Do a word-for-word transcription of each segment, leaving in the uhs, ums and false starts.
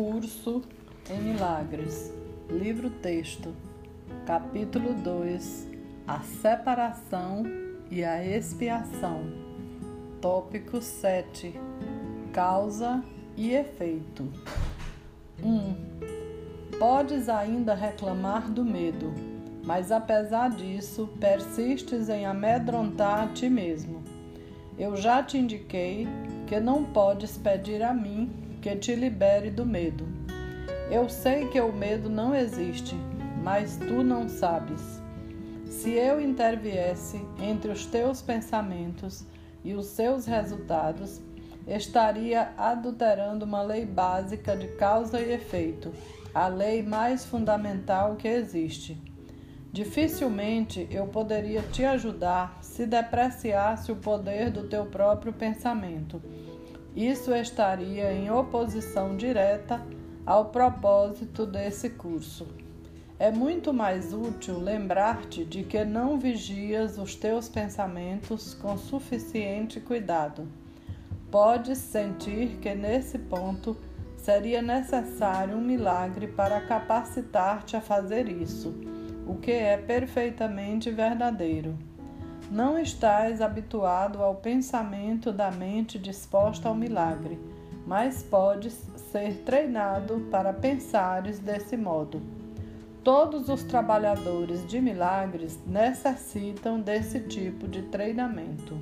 Curso em Milagres, livro texto, capítulo dois, a separação e a expiação, tópico sete, causa e efeito. um. Podes ainda reclamar do medo, mas apesar disso, persistes em amedrontar a ti mesmo. Eu já te indiquei que não podes pedir a mim que te libere do medo. Eu sei que o medo não existe, mas tu não sabes. Se eu interviesse entre os teus pensamentos e os seus resultados, estaria adulterando uma lei básica de causa e efeito, a lei mais fundamental que existe. Dificilmente eu poderia te ajudar se depreciasse o poder do teu próprio pensamento. Isso estaria em oposição direta ao propósito desse curso. É muito mais útil lembrar-te de que não vigias os teus pensamentos com suficiente cuidado. Podes sentir que nesse ponto seria necessário um milagre para capacitar-te a fazer isso, o que é perfeitamente verdadeiro. Não estás habituado ao pensamento da mente disposta ao milagre, mas podes ser treinado para pensares desse modo. Todos os trabalhadores de milagres necessitam desse tipo de treinamento.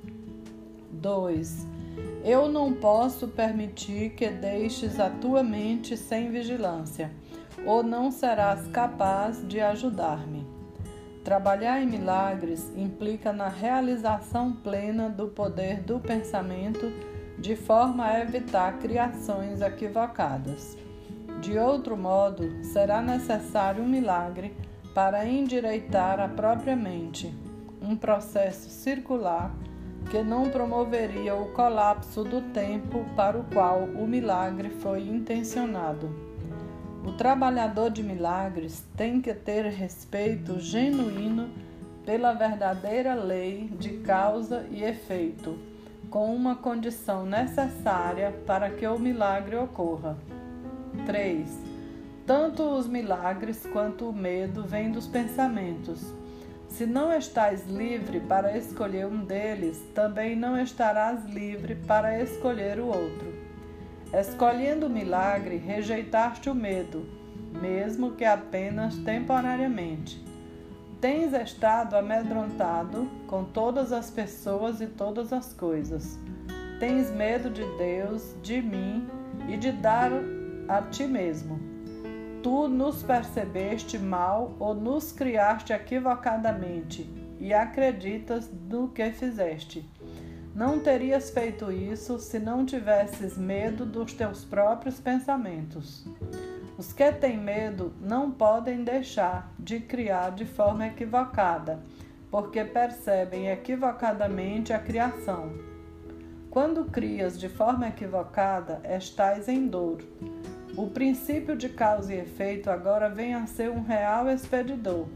dois. Eu não posso permitir que deixes a tua mente sem vigilância, ou não serás capaz de ajudar-me. Trabalhar em milagres implica na realização plena do poder do pensamento, de forma a evitar criações equivocadas. De outro modo, será necessário um milagre para endireitar a própria mente, um processo circular que não promoveria o colapso do tempo para o qual o milagre foi intencionado. O trabalhador de milagres tem que ter respeito genuíno pela verdadeira lei de causa e efeito, com uma condição necessária para que o milagre ocorra. três. Tanto os milagres quanto o medo vêm dos pensamentos. Se não estás livre para escolher um deles, também não estarás livre para escolher o outro. Escolhendo o milagre, rejeitaste o medo, mesmo que apenas temporariamente. Tens estado amedrontado com todas as pessoas e todas as coisas. Tens medo de Deus, de mim e de dar a ti mesmo. Tu nos percebeste mal ou nos criaste equivocadamente e acreditas no que fizeste. Não terias feito isso se não tivesses medo dos teus próprios pensamentos. Os que têm medo não podem deixar de criar de forma equivocada, porque percebem equivocadamente a criação. Quando crias de forma equivocada, estás em dor. O princípio de causa e efeito agora vem a ser um real expedidor,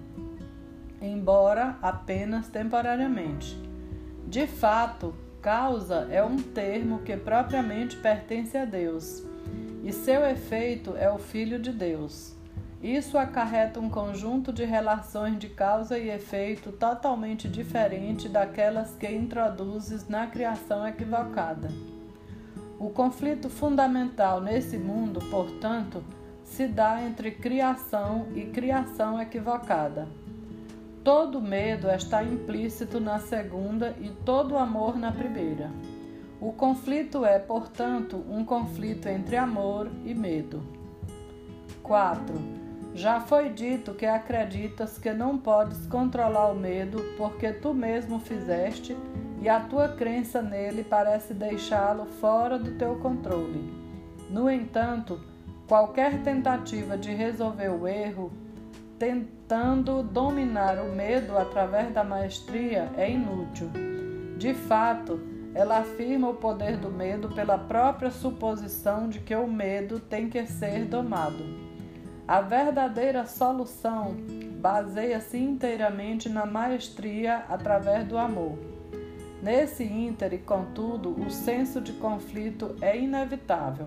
embora apenas temporariamente. De fato, causa é um termo que propriamente pertence a Deus, e seu efeito é o Filho de Deus. Isso acarreta um conjunto de relações de causa e efeito totalmente diferente daquelas que introduzes na criação equivocada. O conflito fundamental nesse mundo, portanto, se dá entre criação e criação equivocada. Todo medo está implícito na segunda e todo amor na primeira. O conflito é, portanto, um conflito entre amor e medo. quatro. Já foi dito que acreditas que não podes controlar o medo porque tu mesmo fizeste e a tua crença nele parece deixá-lo fora do teu controle. No entanto, qualquer tentativa de resolver o erro, tentando dominar o medo através da maestria, é inútil. De fato, ela afirma o poder do medo pela própria suposição de que o medo tem que ser domado. A verdadeira solução baseia-se inteiramente na maestria através do amor. Nesse íntere, contudo, o senso de conflito é inevitável,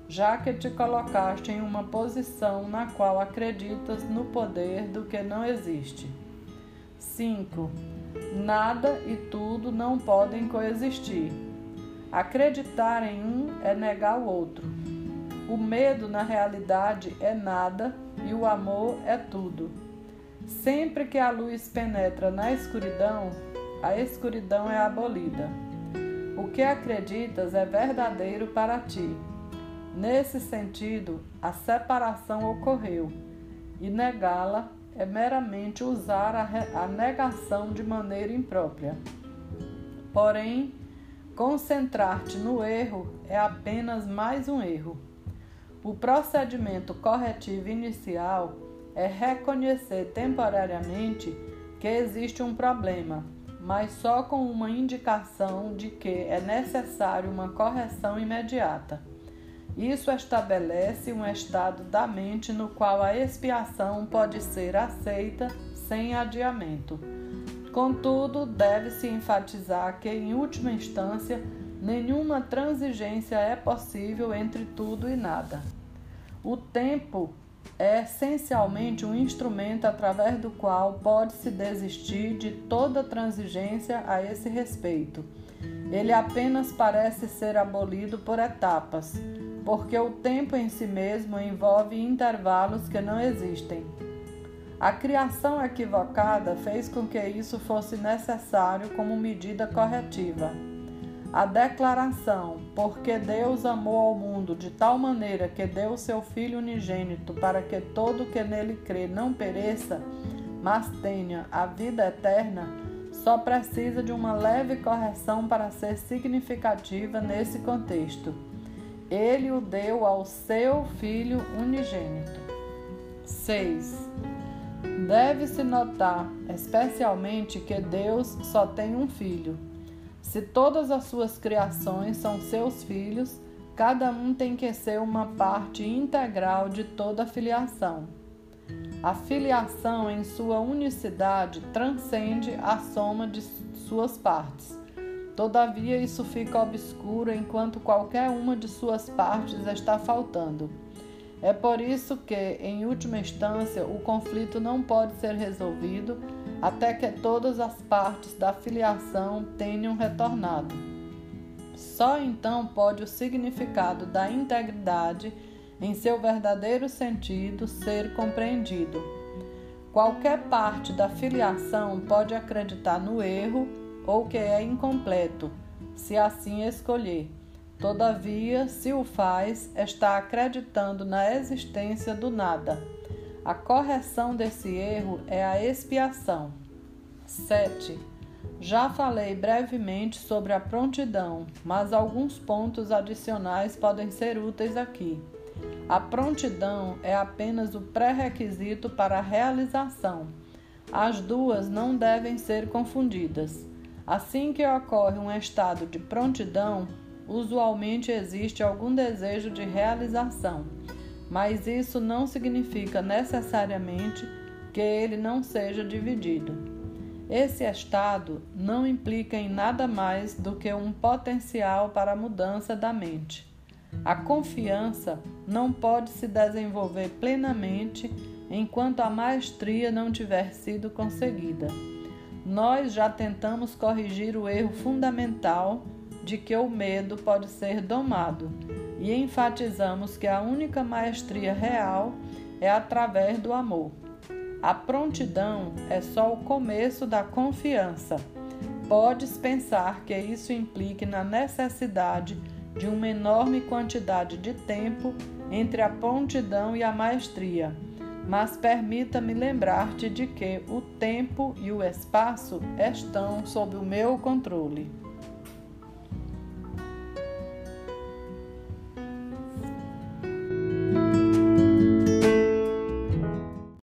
já que te colocaste em uma posição na qual acreditas no poder do que não existe. cinco. Nada e tudo não podem coexistir. Acreditar em um é negar o outro. O medo, na realidade, é nada e o amor é tudo. Sempre que a luz penetra na escuridão, a escuridão é abolida. O que acreditas é verdadeiro para ti. Nesse sentido, a separação ocorreu, e negá-la é meramente usar a, re- a negação de maneira imprópria. Porém, concentrar-te no erro é apenas mais um erro. O procedimento corretivo inicial é reconhecer temporariamente que existe um problema, mas só com uma indicação de que é necessário uma correção imediata. Isso estabelece um estado da mente no qual a expiação pode ser aceita sem adiamento. Contudo, deve-se enfatizar que, em última instância, nenhuma transigência é possível entre tudo e nada. O tempo é essencialmente um instrumento através do qual pode-se desistir de toda transigência a esse respeito. Ele apenas parece ser abolido por etapas, porque o tempo em si mesmo envolve intervalos que não existem. A criação equivocada fez com que isso fosse necessário como medida corretiva. A declaração, porque Deus amou ao mundo de tal maneira que deu o seu Filho unigênito para que todo que nele crê não pereça, mas tenha a vida eterna, só precisa de uma leve correção para ser significativa nesse contexto. Ele o deu ao seu Filho unigênito. seis. Deve-se notar, especialmente, que Deus só tem um filho. Se todas as suas criações são seus filhos, cada um tem que ser uma parte integral de toda a filiação. A filiação, em sua unicidade, transcende a soma de suas partes. Todavia, isso fica obscuro enquanto qualquer uma de suas partes está faltando. É por isso que, em última instância, o conflito não pode ser resolvido até que todas as partes da filiação tenham retornado. Só então pode o significado da integridade, em seu verdadeiro sentido, ser compreendido. Qualquer parte da filiação pode acreditar no erro ou que é incompleto, se assim escolher. Todavia, se o faz, está acreditando na existência do nada. A correção desse erro é a expiação. sete. Já falei brevemente sobre a prontidão, mas alguns pontos adicionais podem ser úteis aqui. A prontidão é apenas o pré-requisito para a realização. As duas não devem ser confundidas. Assim que ocorre um estado de prontidão, usualmente existe algum desejo de realização, mas isso não significa necessariamente que ele não seja dividido. Esse estado não implica em nada mais do que um potencial para a mudança da mente. A confiança não pode se desenvolver plenamente enquanto a maestria não tiver sido conseguida. Nós já tentamos corrigir o erro fundamental de que o medo pode ser domado e enfatizamos que a única maestria real é através do amor. A prontidão é só o começo da confiança. Podes pensar que isso implique na necessidade de uma enorme quantidade de tempo entre a prontidão e a maestria, mas permita-me lembrar-te de que o tempo e o espaço estão sob o meu controle.